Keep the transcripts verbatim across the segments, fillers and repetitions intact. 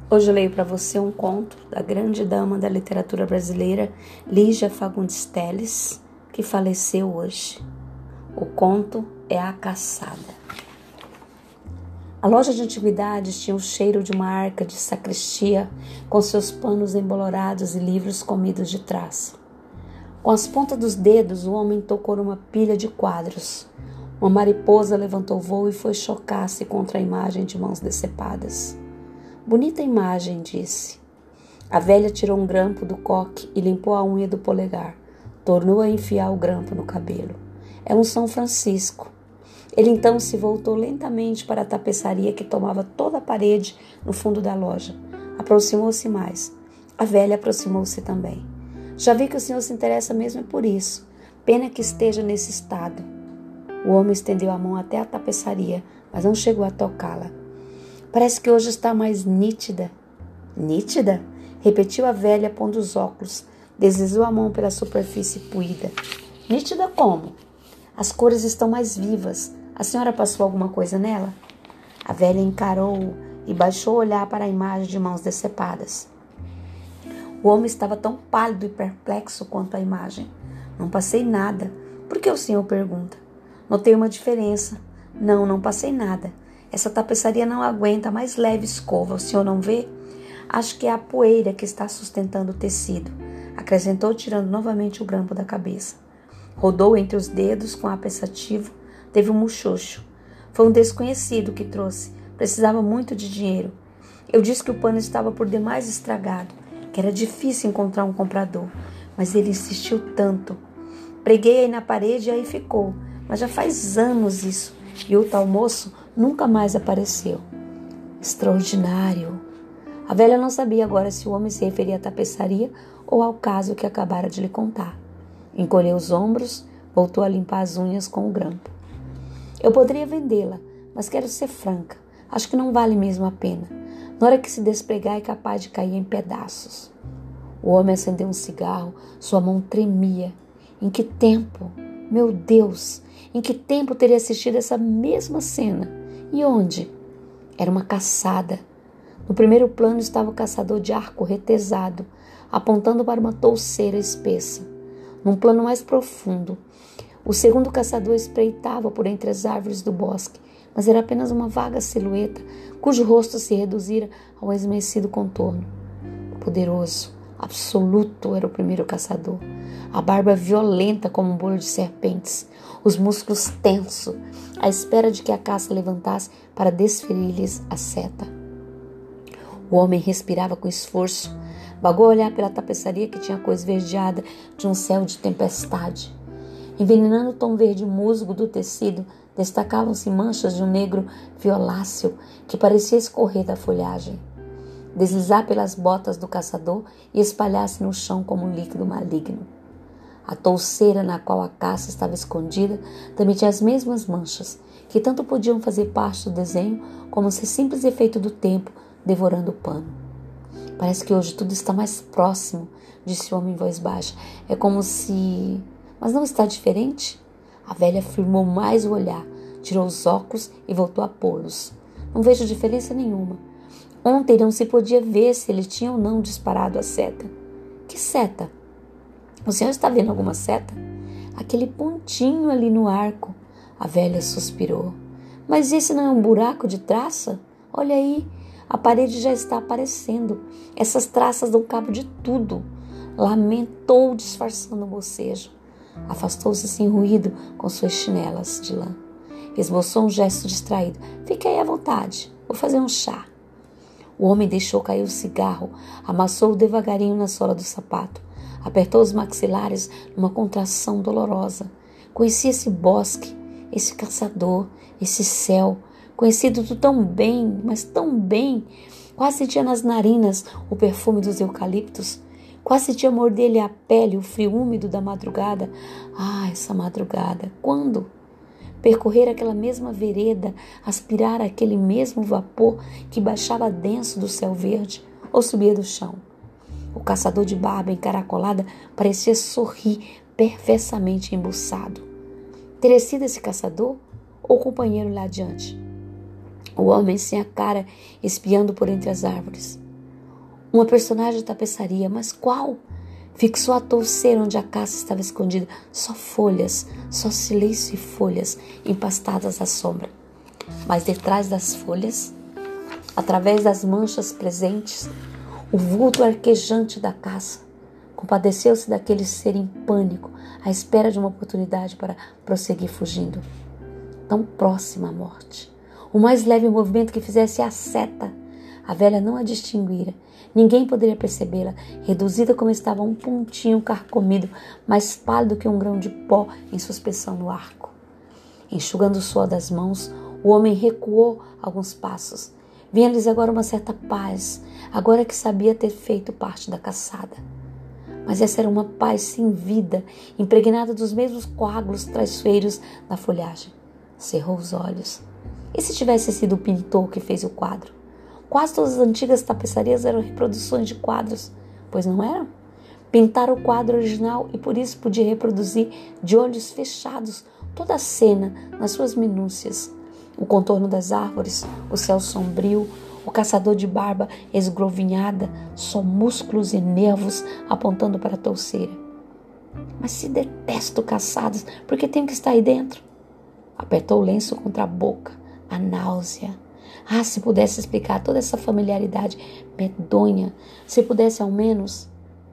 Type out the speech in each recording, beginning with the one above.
Hoje eu leio para você um conto da grande dama da literatura brasileira, Lígia Fagundes Telles, que faleceu hoje. O conto é A Caçada. A loja de antiguidades tinha o cheiro de uma arca de sacristia, com seus panos embolorados e livros comidos de traça. Com as pontas dos dedos, o homem tocou numa pilha de quadros. Uma mariposa levantou voo e foi chocar-se contra a imagem de mãos decepadas. Bonita imagem, disse. A velha tirou um grampo do coque e limpou a unha do polegar. Tornou a enfiar o grampo no cabelo. É um São Francisco. Ele então se voltou lentamente para a tapeçaria que tomava toda a parede no fundo da loja. Aproximou-se mais. A velha aproximou-se também. Já vi que o senhor se interessa mesmo por isso. Pena que esteja nesse estado. O homem estendeu a mão até a tapeçaria, mas não chegou a tocá-la. Parece que hoje está mais nítida. Nítida? Repetiu a velha, pondo os óculos. Deslizou a mão pela superfície puída. Nítida como? As cores estão mais vivas. A senhora passou alguma coisa nela? A velha encarou-o e baixou o olhar para a imagem de mãos decepadas. O homem estava tão pálido e perplexo quanto a imagem. Não passei nada. Por que o senhor pergunta? Notei uma diferença. Não, não passei nada. Essa tapeçaria não aguenta a mais leve escova, o senhor não vê? Acho que é a poeira que está sustentando o tecido, acrescentou tirando novamente o grampo da cabeça. Rodou entre os dedos com ar pensativo, teve um muxoxo. Foi um desconhecido que trouxe, precisava muito de dinheiro. Eu disse que o pano estava por demais estragado, que era difícil encontrar um comprador, mas ele insistiu tanto. Preguei aí na parede e aí ficou, mas já faz anos isso, e o tal moço nunca mais apareceu. Extraordinário. A velha não sabia agora se o homem se referia à tapeçaria ou ao caso que acabara de lhe contar. Encolheu os ombros, voltou a limpar as unhas com o grampo. Eu poderia vendê-la, mas quero ser franca. Acho que não vale mesmo a pena. Na hora que se despregar é capaz de cair em pedaços. O homem acendeu um cigarro, sua mão tremia. Em que tempo? Meu Deus! Em que tempo teria assistido essa mesma cena? E onde? Era uma caçada. No primeiro plano estava o caçador de arco retesado, apontando para uma touceira espessa. Num plano mais profundo, o segundo caçador espreitava por entre as árvores do bosque, mas era apenas uma vaga silhueta, cujo rosto se reduzira ao esmecido contorno. Poderoso, absoluto era o primeiro caçador. A barba violenta como um bolo de serpentes, os músculos tensos, à espera de que a caça levantasse para desferir-lhes a seta. O homem respirava com esforço, vagou a olhar pela tapeçaria que tinha a cor esverdeada de um céu de tempestade. Envenenando o tom verde musgo do tecido, destacavam-se manchas de um negro violáceo que parecia escorrer da folhagem, deslizar pelas botas do caçador e espalhar-se no chão como um líquido maligno. A touceira na qual a caça estava escondida também tinha as mesmas manchas, que tanto podiam fazer parte do desenho como ser simples efeito do tempo devorando o pano. Parece que hoje tudo está mais próximo, disse o homem em voz baixa. É como se... Mas não está diferente? A velha firmou mais o olhar, tirou os óculos e voltou a pô-los. Não vejo diferença nenhuma. Ontem não se podia ver se ele tinha ou não disparado a seta. Que seta? O senhor está vendo alguma seta? Aquele pontinho ali no arco. A velha suspirou. Mas esse não é um buraco de traça? Olha aí, a parede já está aparecendo. Essas traças dão cabo de tudo. Lamentou, disfarçando o bocejo. Afastou-se sem ruído com suas chinelas de lã. Esboçou um gesto distraído. Fique aí à vontade. Vou fazer um chá. O homem deixou cair o cigarro, amassou-o devagarinho na sola do sapato. Apertou os maxilares numa contração dolorosa. Conhecia esse bosque, esse caçador, esse céu, conhecido tão bem, mas tão bem. Quase sentia nas narinas o perfume dos eucaliptos. Quase sentia morder-lhe a pele o frio úmido da madrugada. Ah, essa madrugada! Quando? Percorrer aquela mesma vereda, aspirar aquele mesmo vapor que baixava denso do céu verde ou subia do chão. O caçador de barba encaracolada parecia sorrir perversamente embuçado. Teria sido esse caçador ou o companheiro lá adiante? O homem sem a cara espiando por entre as árvores. Uma personagem de tapeçaria, mas qual? Fixou a touceira onde a caça estava escondida. Só folhas, só silêncio e folhas empastadas à sombra. Mas detrás das folhas, através das manchas presentes, o vulto arquejante da caça compadeceu-se daquele ser em pânico, à espera de uma oportunidade para prosseguir fugindo. Tão próxima à morte. O mais leve movimento que fizesse a seta, a velha não a distinguira. Ninguém poderia percebê-la, reduzida como estava a um pontinho carcomido, mais pálido que um grão de pó em suspensão no arco. Enxugando o suor das mãos, o homem recuou alguns passos. Vinha-lhes agora uma certa paz, agora que sabia ter feito parte da caçada. Mas essa era uma paz sem vida, impregnada dos mesmos coágulos traiçoeiros da folhagem. Cerrou os olhos. E se tivesse sido o pintor que fez o quadro? Quase todas as antigas tapeçarias eram reproduções de quadros, pois não eram? Pintaram o quadro original e por isso podia reproduzir de olhos fechados toda a cena nas suas minúcias. O contorno das árvores, o céu sombrio, o caçador de barba esgrovinhada, só músculos e nervos apontando para a touceira. Mas se detesto caçadas, por que tenho que estar aí dentro? Apertou o lenço contra a boca, a náusea. Ah, se pudesse explicar toda essa familiaridade medonha, se pudesse ao menos...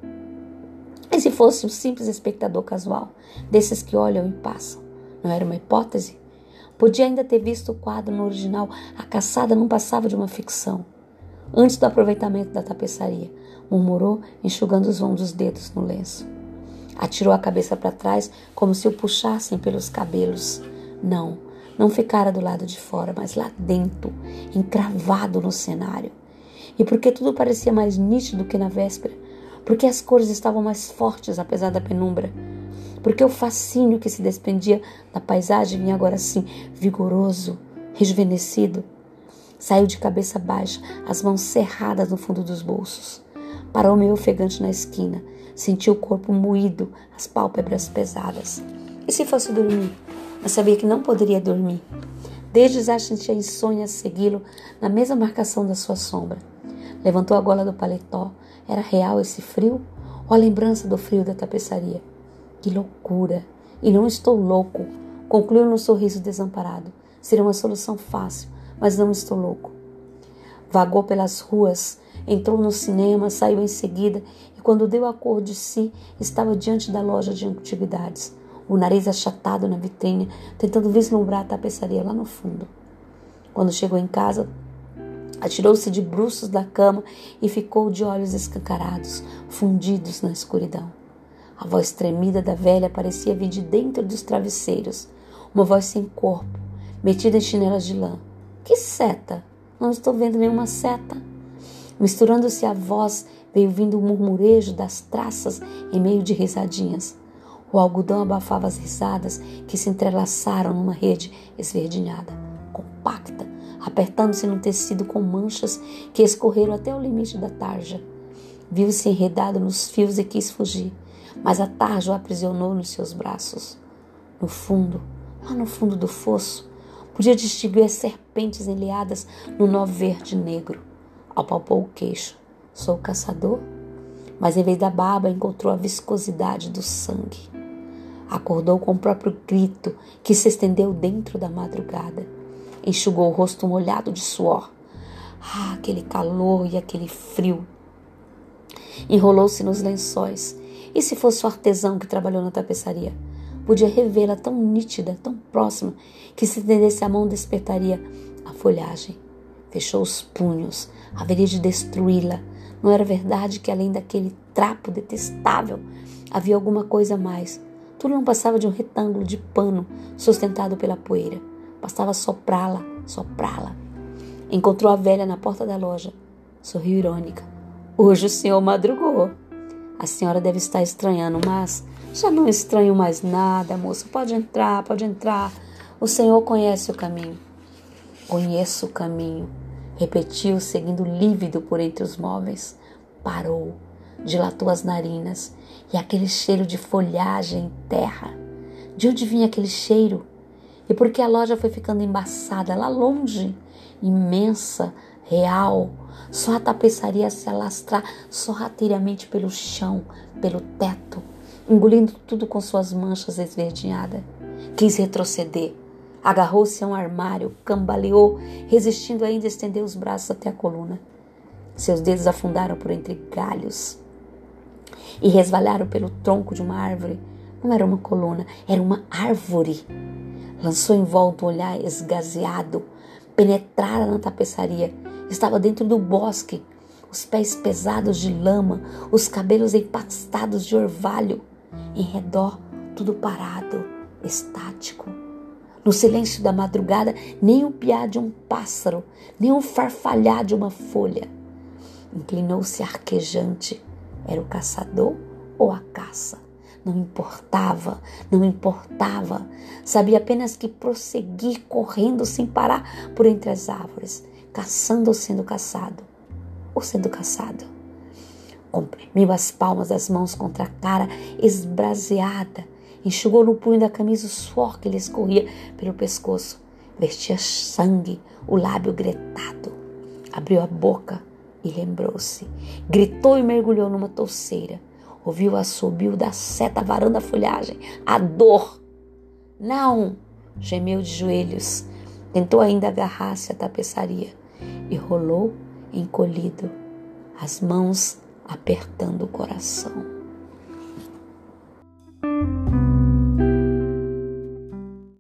E se fosse um simples espectador casual, desses que olham e passam? Não era uma hipótese? Podia ainda ter visto o quadro no original. A caçada não passava de uma ficção. Antes do aproveitamento da tapeçaria, murmurou, enxugando os vãos dos dedos no lenço. Atirou a cabeça para trás, como se o puxassem pelos cabelos. Não, não ficara do lado de fora, mas lá dentro, encravado no cenário. E porque tudo parecia mais nítido que na véspera, porque as cores estavam mais fortes apesar da penumbra, porque o fascínio que se desprendia da paisagem vinha agora sim, vigoroso, rejuvenescido. Saiu de cabeça baixa, as mãos cerradas no fundo dos bolsos. Parou meio ofegante na esquina, sentiu o corpo moído, as pálpebras pesadas. E se fosse dormir? Mas sabia que não poderia dormir. Desde já sentia insônia a segui-lo na mesma marcação da sua sombra. Levantou a gola do paletó. Era real esse frio? Ou a lembrança do frio da tapeçaria? Que loucura! E não estou louco, concluiu num sorriso desamparado. Seria uma solução fácil, mas não estou louco. Vagou pelas ruas, entrou no cinema, saiu em seguida e quando deu a cor de si, estava diante da loja de antiguidades, o nariz achatado na vitrine, tentando vislumbrar a tapeçaria lá no fundo. Quando chegou em casa, atirou-se de bruços da cama e ficou de olhos escancarados, fundidos na escuridão. A voz tremida da velha parecia vir de dentro dos travesseiros, uma voz sem corpo, metida em chinelas de lã. Que seta? Não estou vendo nenhuma seta. Misturando-se à voz, veio vindo o murmurejo das traças em meio de risadinhas. O algodão abafava as risadas que se entrelaçaram numa rede esverdinhada, compacta, apertando-se num tecido com manchas que escorreram até o limite da tarja. Viu-se enredado nos fios e quis fugir, mas a tarja o aprisionou nos seus braços. No fundo, lá no fundo do fosso, podia distinguir as serpentes enleadas no nó verde negro. Apalpou o queixo. Sou caçador? Mas em vez da barba encontrou a viscosidade do sangue. Acordou com o próprio grito que se estendeu dentro da madrugada. Enxugou o rosto molhado de suor. Ah, aquele calor e aquele frio. Enrolou-se nos lençóis. E se fosse o artesão que trabalhou na tapeçaria? Podia revê-la tão nítida, tão próxima, que se estendesse a mão despertaria a folhagem. Fechou os punhos. Haveria de destruí-la. Não era verdade que além daquele trapo detestável havia alguma coisa a mais. Tudo não passava de um retângulo de pano sustentado pela poeira. Bastava soprá-la, soprá-la. Encontrou a velha na porta da loja. Sorriu irônica. Hoje o senhor madrugou. A senhora deve estar estranhando, mas já não estranho mais nada, moça. Pode entrar, pode entrar. O senhor conhece o caminho. Conheço o caminho, repetiu, seguindo lívido por entre os móveis. Parou, dilatou as narinas. E aquele cheiro de folhagem em terra. De onde vinha aquele cheiro? E por que a loja foi ficando embaçada lá longe, imensa, real. Só a tapeçaria se alastrar sorrateiramente pelo chão, pelo teto, engolindo tudo com suas manchas esverdinhadas. Quis retroceder. Agarrou-se a um armário, cambaleou, resistindo ainda a estender os braços até a coluna. Seus dedos afundaram por entre galhos e resvalaram pelo tronco de uma árvore. Não era uma coluna, era uma árvore. Lançou em volta um olhar esgazeado, penetrara na tapeçaria. Estava dentro do bosque, os pés pesados de lama, os cabelos empastados de orvalho. Em redor, tudo parado, estático. No silêncio da madrugada, nem o piar de um pássaro, nem o farfalhar de uma folha. Inclinou-se arquejante. Era o caçador ou a caça? Não importava, não importava. Sabia apenas que prosseguir correndo sem parar por entre as árvores, caçando ou sendo caçado, ou sendo caçado. Comprimiu as palmas das mãos contra a cara esbraseada, enxugou no punho da camisa o suor que lhe escorria pelo pescoço. Vestia sangue, o lábio gretado. Abriu a boca e lembrou-se. Gritou e mergulhou numa touceira. Ouviu o assobio da seta varando a folhagem. A dor! Não! Gemeu de joelhos. Tentou ainda agarrar-se à tapeçaria e rolou encolhido, as mãos apertando o coração.